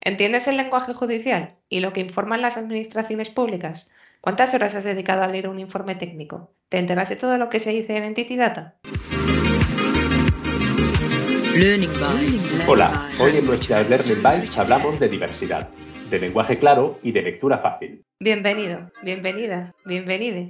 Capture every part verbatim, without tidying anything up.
¿Entiendes el lenguaje judicial y lo que informan las administraciones públicas? ¿Cuántas horas has dedicado a leer un informe técnico? ¿Te enteras de todo lo que se dice en Entity Data? Learning Bites. Hola, hoy en nuestra Learning Bites hablamos de diversidad, de lenguaje claro y de lectura fácil. Bienvenido, bienvenida, bienvenide.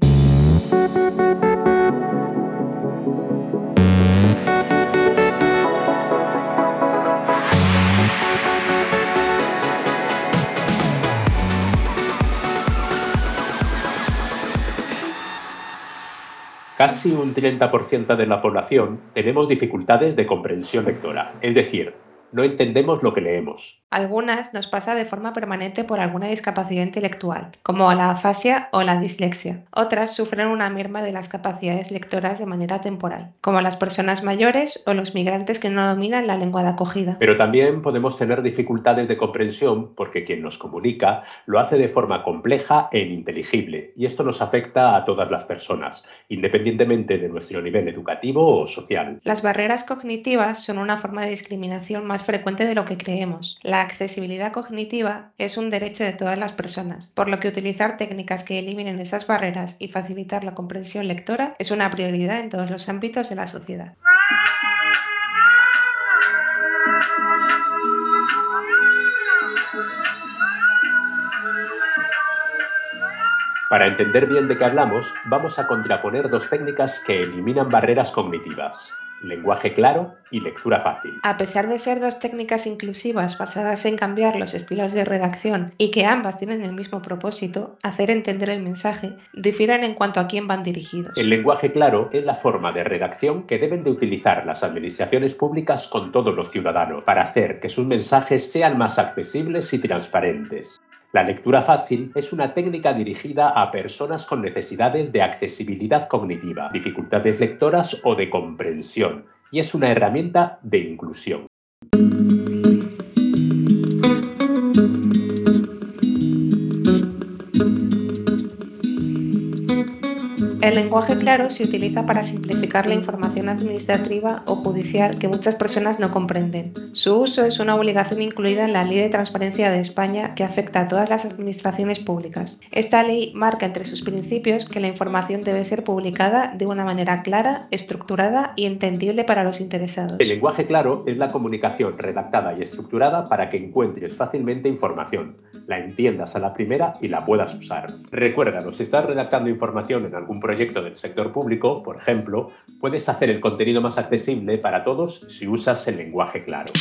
Casi un treinta por ciento de la población tenemos dificultades de comprensión lectora, es decir, no entendemos lo que leemos. Algunas nos pasa de forma permanente por alguna discapacidad intelectual, como la afasia o la dislexia. Otras sufren una merma de las capacidades lectoras de manera temporal, como las personas mayores o los migrantes que no dominan la lengua de acogida. Pero también podemos tener dificultades de comprensión porque quien nos comunica lo hace de forma compleja e ininteligible, y esto nos afecta a todas las personas, independientemente de nuestro nivel educativo o social. Las barreras cognitivas son una forma de discriminación más frecuente de lo que creemos. La accesibilidad cognitiva es un derecho de todas las personas, por lo que utilizar técnicas que eliminen esas barreras y facilitar la comprensión lectora es una prioridad en todos los ámbitos de la sociedad. Para entender bien de qué hablamos, vamos a contraponer dos técnicas que eliminan barreras cognitivas: lenguaje claro y lectura fácil. A pesar de ser dos técnicas inclusivas basadas en cambiar los estilos de redacción y que ambas tienen el mismo propósito, hacer entender el mensaje, difieren en cuanto a quién van dirigidos. El lenguaje claro es la forma de redacción que deben de utilizar las administraciones públicas con todos los ciudadanos para hacer que sus mensajes sean más accesibles y transparentes. La lectura fácil es una técnica dirigida a personas con necesidades de accesibilidad cognitiva, dificultades lectoras o de comprensión, y es una herramienta de inclusión. El lenguaje claro se utiliza para simplificar la información administrativa o judicial que muchas personas no comprenden. Su uso es una obligación incluida en la Ley de Transparencia de España que afecta a todas las administraciones públicas. Esta ley marca entre sus principios que la información debe ser publicada de una manera clara, estructurada y entendible para los interesados. El lenguaje claro es la comunicación redactada y estructurada para que encuentres fácilmente información, la entiendas a la primera y la puedas usar. Recuérdalo, si estás redactando información en algún proyecto del sector público, por ejemplo, puedes hacer el contenido más accesible para todos si usas el lenguaje claro.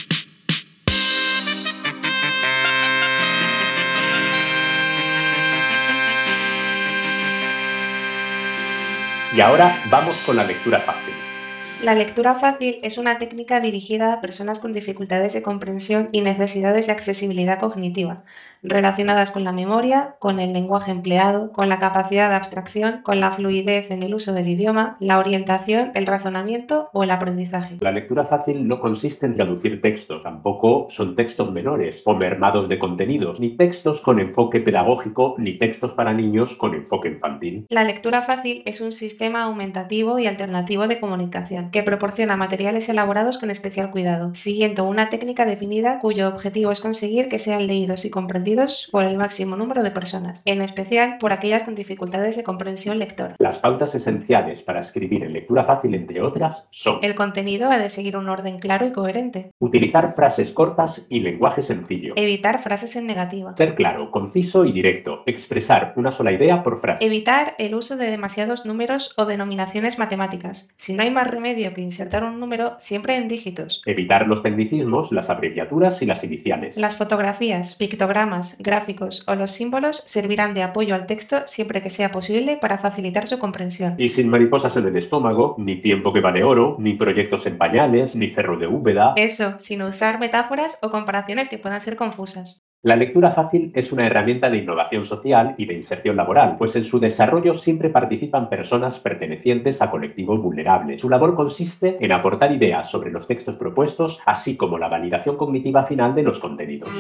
Y ahora vamos con la lectura fácil. La lectura fácil es una técnica dirigida a personas con dificultades de comprensión y necesidades de accesibilidad cognitiva, relacionadas con la memoria, con el lenguaje empleado, con la capacidad de abstracción, con la fluidez en el uso del idioma, la orientación, el razonamiento o el aprendizaje. La lectura fácil no consiste en traducir textos, tampoco son textos menores o mermados de contenidos, ni textos con enfoque pedagógico, ni textos para niños con enfoque infantil. La lectura fácil es un sistema aumentativo y alternativo de comunicación que proporciona materiales elaborados con especial cuidado, siguiendo una técnica definida cuyo objetivo es conseguir que sean leídos y comprendidos por el máximo número de personas, en especial por aquellas con dificultades de comprensión lectora. Las pautas esenciales para escribir en lectura fácil, entre otras, son: el contenido ha de seguir un orden claro y coherente, utilizar frases cortas y lenguaje sencillo, evitar frases en negativa, ser claro, conciso y directo, expresar una sola idea por frase, evitar el uso de demasiados números o denominaciones matemáticas. Si no hay más remedio que insertar un número, siempre en dígitos. Evitar los tecnicismos, las abreviaturas y las iniciales. Las fotografías, pictogramas, gráficos o los símbolos servirán de apoyo al texto siempre que sea posible para facilitar su comprensión. Y sin mariposas en el estómago, ni tiempo que vale oro, ni proyectos en pañales, ni cerro de Úbeda. Eso, sin usar metáforas o comparaciones que puedan ser confusas. La lectura fácil es una herramienta de innovación social y de inserción laboral, pues en su desarrollo siempre participan personas pertenecientes a colectivos vulnerables. Su labor consiste en aportar ideas sobre los textos propuestos, así como la validación cognitiva final de los contenidos.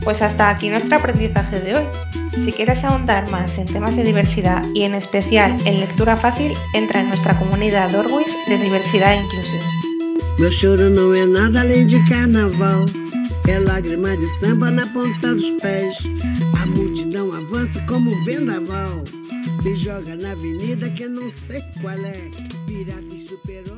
Pues hasta aquí nuestro aprendizaje de hoy. Si quieres ahondar más en temas de diversidad y en especial en lectura fácil, entra en nuestra comunidad Orwis de Diversidad e Inclusión. Meu choro não é nada além de carnaval, é lágrima de samba na ponta dos pés. A multidão avança como um vendaval, me joga na avenida que eu não sei qual é. Pirata e super